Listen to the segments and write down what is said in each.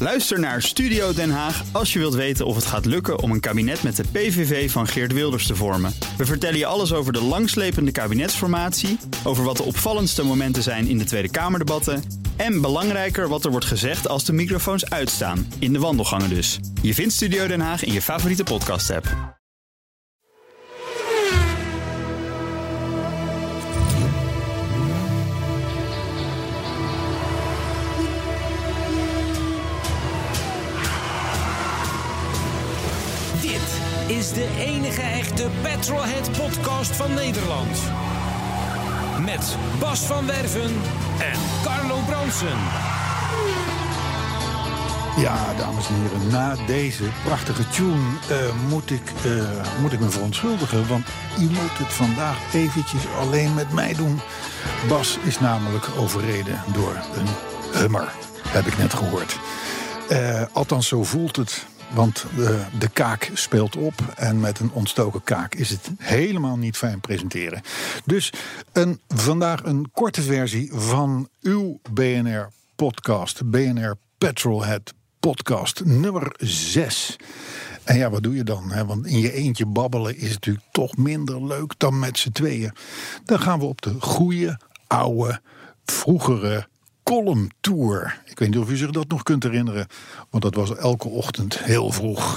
Luister naar Studio Den Haag als je wilt weten of het gaat lukken om een kabinet met de PVV van Geert Wilders te vormen. We vertellen je alles over de langslepende kabinetsformatie, over wat de opvallendste momenten zijn in de Tweede Kamerdebatten en belangrijker wat er wordt gezegd als de microfoons uitstaan, in de wandelgangen dus. Je vindt Studio Den Haag in je favoriete podcast-app. Is de enige echte Petrolhead-podcast van Nederland. Met Bas van Werven en Carlo Bronsen. Ja, dames en heren, na deze prachtige tune moet ik me verontschuldigen. Want u moet het vandaag eventjes alleen met mij doen. Bas is namelijk overreden door een hummer, heb ik net gehoord. Althans, zo voelt het. Want de kaak speelt op en met een ontstoken kaak is het helemaal niet fijn presenteren. Dus vandaag een korte versie van uw BNR-podcast, BNR Petrolhead podcast nummer 6. En ja, wat doe je dan? Hè? Want in je eentje babbelen is natuurlijk toch minder leuk dan met z'n tweeën. Dan gaan we op de goede, oude, vroegere columntour. Ik weet niet of u zich dat nog kunt herinneren, want dat was elke ochtend heel vroeg.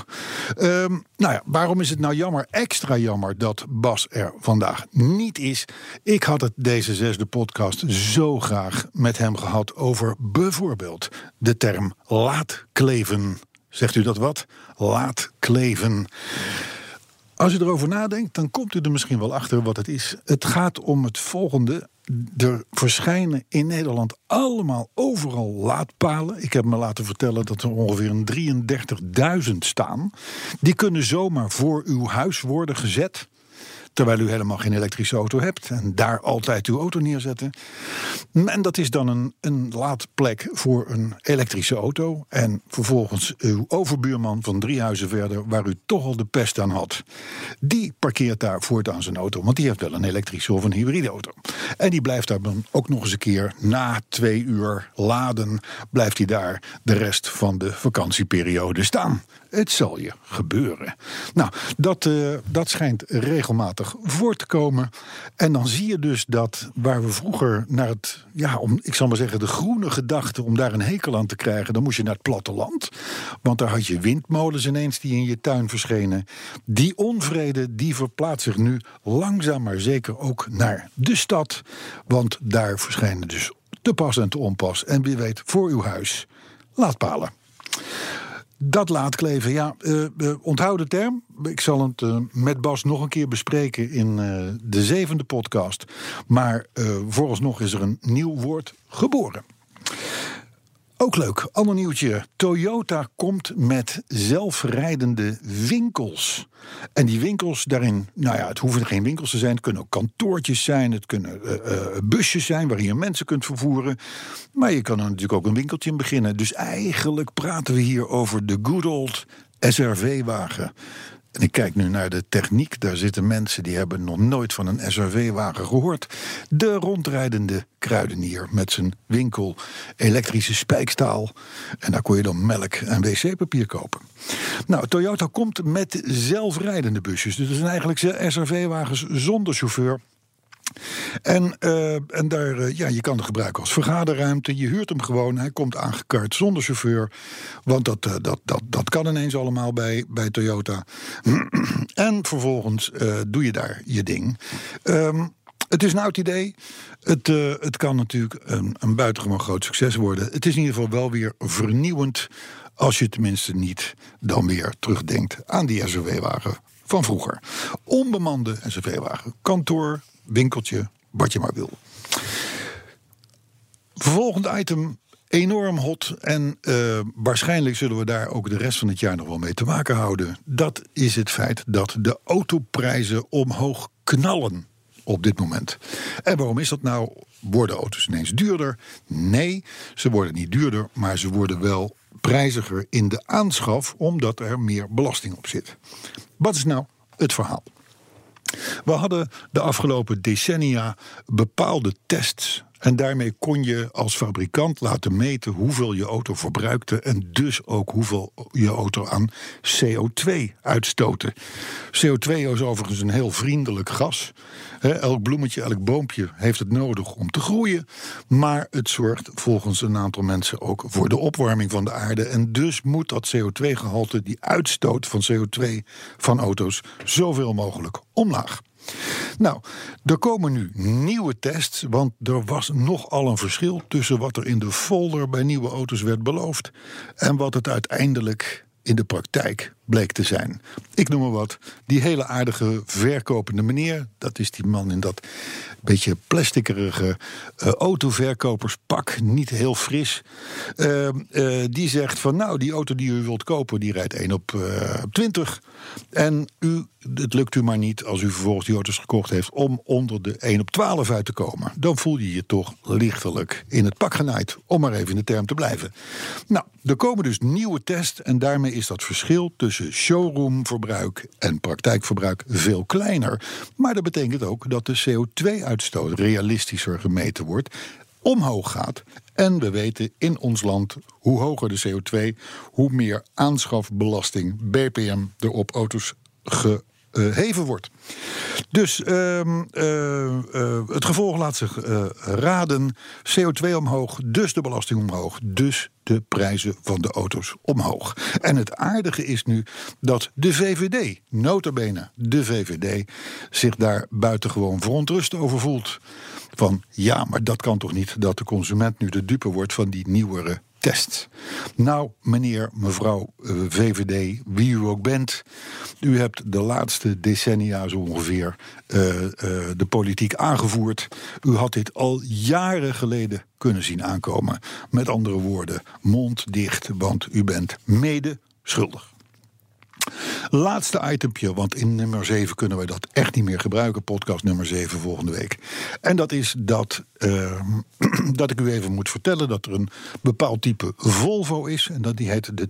Waarom is het nou jammer, extra jammer, dat Bas er vandaag niet is? Ik had het deze 6e podcast zo graag met hem gehad over bijvoorbeeld de term laat kleven. Zegt u dat wat? Laat kleven. Als u erover nadenkt, dan komt u er misschien wel achter wat het is. Het gaat om het volgende. Er verschijnen in Nederland allemaal overal laadpalen. Ik heb me laten vertellen dat er ongeveer 33.000 staan. Die kunnen zomaar voor uw huis worden gezet, terwijl u helemaal geen elektrische auto hebt, en daar altijd uw auto neerzetten. En dat is dan een laadplek voor een elektrische auto. En vervolgens uw overbuurman van 3 huizen verder, waar u toch al de pest aan had, die parkeert daar voortaan zijn auto, want die heeft wel een elektrische of een hybride auto. En die blijft daar dan ook nog eens een keer na 2 uur laden, blijft hij daar de rest van de vakantieperiode staan. Het zal je gebeuren. Nou, dat schijnt regelmatig voor te komen. En dan zie je dus dat waar we vroeger naar ik zal maar zeggen, de groene gedachte, om daar een hekel aan te krijgen, dan moest je naar het platteland. Want daar had je windmolens ineens die in je tuin verschenen. Die onvrede, die verplaatst zich nu langzaam maar zeker ook naar de stad. Want daar verschijnen dus te pas en te onpas. En wie weet, voor uw huis laadpalen. Dat laatkleven, onthoud de term. Ik zal het met Bas nog een keer bespreken in de 7e podcast. Maar vooralsnog is er een nieuw woord geboren. Ook leuk, ander nieuwtje. Toyota komt met zelfrijdende winkels. En die winkels daarin, het hoeven geen winkels te zijn. Het kunnen ook kantoortjes zijn. Het kunnen busjes zijn waar je mensen kunt vervoeren. Maar je kan er natuurlijk ook een winkeltje in beginnen. Dus eigenlijk praten we hier over de good old SRV-wagen. En ik kijk nu naar de techniek. Daar zitten mensen die hebben nog nooit van een SRV-wagen gehoord. De rondrijdende kruidenier met zijn winkel, elektrische spijkstaal. En daar kon je dan melk en wc-papier kopen. Nou, Toyota komt met zelfrijdende busjes. Dus dat zijn eigenlijk SRV-wagens zonder chauffeur. En daar, je kan het gebruiken als vergaderruimte. Je huurt hem gewoon, hij komt aangekaart zonder chauffeur. Want dat kan ineens allemaal bij Toyota. En vervolgens doe je daar je ding. Het is een oud idee. Het kan natuurlijk een buitengewoon groot succes worden. Het is in ieder geval wel weer vernieuwend, als je tenminste niet dan weer terugdenkt aan die SRV-wagen van vroeger. Onbemande SRV-wagen, kantoor, winkeltje, wat je maar wil. Volgend item, enorm hot. En waarschijnlijk zullen we daar ook de rest van het jaar nog wel mee te maken houden. Dat is het feit dat de autoprijzen omhoog knallen op dit moment. En waarom is dat nou? Worden auto's ineens duurder? Nee, ze worden niet duurder, maar ze worden wel prijziger in de aanschaf, omdat er meer belasting op zit. Wat is nou het verhaal? We hadden de afgelopen decennia bepaalde tests En daarmee kon je als fabrikant laten meten hoeveel je auto verbruikte en dus ook hoeveel je auto aan CO2 uitstoten. CO2 is overigens een heel vriendelijk gas. Elk bloemetje, elk boompje heeft het nodig om te groeien. Maar het zorgt volgens een aantal mensen ook voor de opwarming van de aarde. En dus moet dat CO2-gehalte, die uitstoot van CO2 van auto's, zoveel mogelijk omlaag. Nou, er komen nu nieuwe tests, want er was nogal een verschil tussen wat er in de folder bij nieuwe auto's werd beloofd en wat het uiteindelijk in de praktijk bleek te zijn. Ik noem maar wat, die hele aardige verkopende meneer, dat is die man in dat beetje plasticerige autoverkoperspak, niet heel fris. Die zegt van nou, die auto die u wilt kopen, die rijdt 1 op 20. En het lukt u maar niet als u vervolgens die auto's gekocht heeft om onder de 1 op 12 uit te komen. Dan voel je je toch lichtelijk in het pak genaaid, om maar even in de term te blijven. Nou, er komen dus nieuwe tests en daarmee is dat verschil tussen showroomverbruik en praktijkverbruik veel kleiner. Maar dat betekent ook dat de CO2-uitstoot realistischer gemeten wordt, omhoog gaat. En we weten in ons land, hoe hoger de CO2, hoe meer aanschafbelasting, BPM, er op auto's geheven wordt. Dus het gevolg laat zich raden. CO2 omhoog, dus de belasting omhoog, dus de prijzen van de auto's omhoog. En het aardige is nu dat de VVD, nota bene de VVD, zich daar buitengewoon verontrust over voelt. Van ja, maar dat kan toch niet dat de consument nu de dupe wordt van die nieuwere test. Nou, meneer, mevrouw VVD, wie u ook bent, u hebt de laatste decennia zo ongeveer de politiek aangevoerd. U had dit al jaren geleden kunnen zien aankomen. Met andere woorden, mond dicht, want u bent mede schuldig. Laatste itempje, want in nummer 7 kunnen we dat echt niet meer gebruiken. Podcast nummer 7 volgende week. En dat is dat ik u even moet vertellen dat er een bepaald type Volvo is. En dat die heet de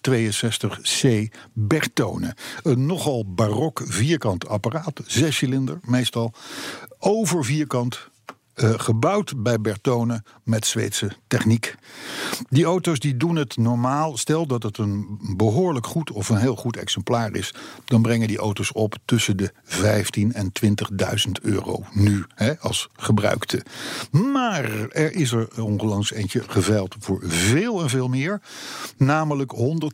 262C Bertone. Een nogal barok vierkant apparaat, 6-cilinder meestal. Over vierkant. Gebouwd bij Bertone met Zweedse techniek. Die auto's die doen het normaal. Stel dat het een behoorlijk goed of een heel goed exemplaar is, dan brengen die auto's op tussen de 15.000 en 20.000 euro nu, als gebruikte. Maar er is er onlangs eentje geveild voor veel en veel meer. Namelijk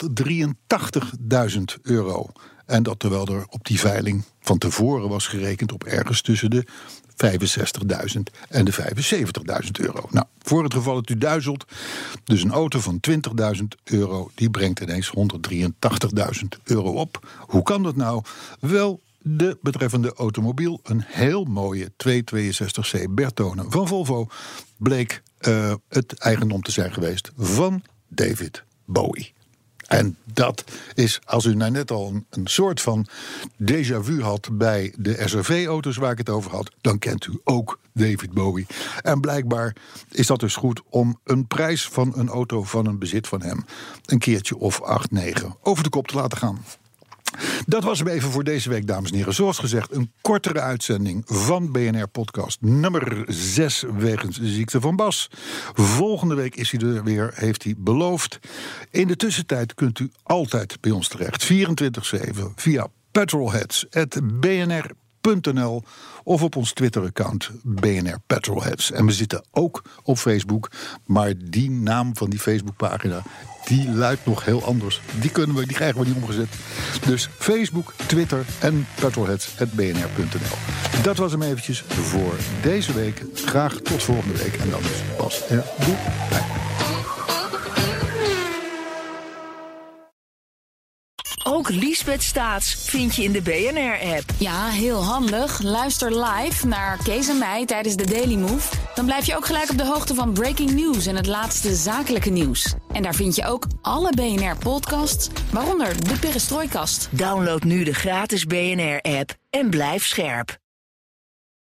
183.000 euro. En dat terwijl er op die veiling van tevoren was gerekend op ergens tussen de 65.000 en de 75.000 euro. Nou, voor het geval het u duizelt, dus een auto van 20.000 euro, die brengt ineens 183.000 euro op. Hoe kan dat nou? Wel, de betreffende automobiel, een heel mooie 262C Bertone van Volvo, bleek het eigendom te zijn geweest van David Bowie. En dat is, als u nou net al een soort van déjà vu had bij de SRV-auto's waar ik het over had, dan kent u ook David Bowie. En blijkbaar is dat dus goed om een prijs van een auto van een bezit van hem een keertje of 8, 9 over de kop te laten gaan. Dat was hem even voor deze week, dames en heren. Zoals gezegd, een kortere uitzending van BNR Podcast nummer 6 wegens de ziekte van Bas. Volgende week is hij er weer, heeft hij beloofd. In de tussentijd kunt u altijd bij ons terecht. 24/7 via petrolheads@bnr.nl of op ons Twitter-account BNR Petrolheads. En we zitten ook op Facebook, maar die naam van die Facebookpagina, die luidt nog heel anders. Die krijgen we niet omgezet. Dus Facebook, Twitter en petrolheads@bnr.nl. Dat was hem eventjes voor deze week. Graag tot volgende week. En dan is Bas er goed bij. Ook Liesbeth Staats vind je in de BNR-app. Ja, heel handig. Luister live naar Kees en mij tijdens de Daily Move. Dan blijf je ook gelijk op de hoogte van breaking news en het laatste zakelijke nieuws. En daar vind je ook alle BNR-podcasts, waaronder de Perestrooikast. Download nu de gratis BNR-app en blijf scherp.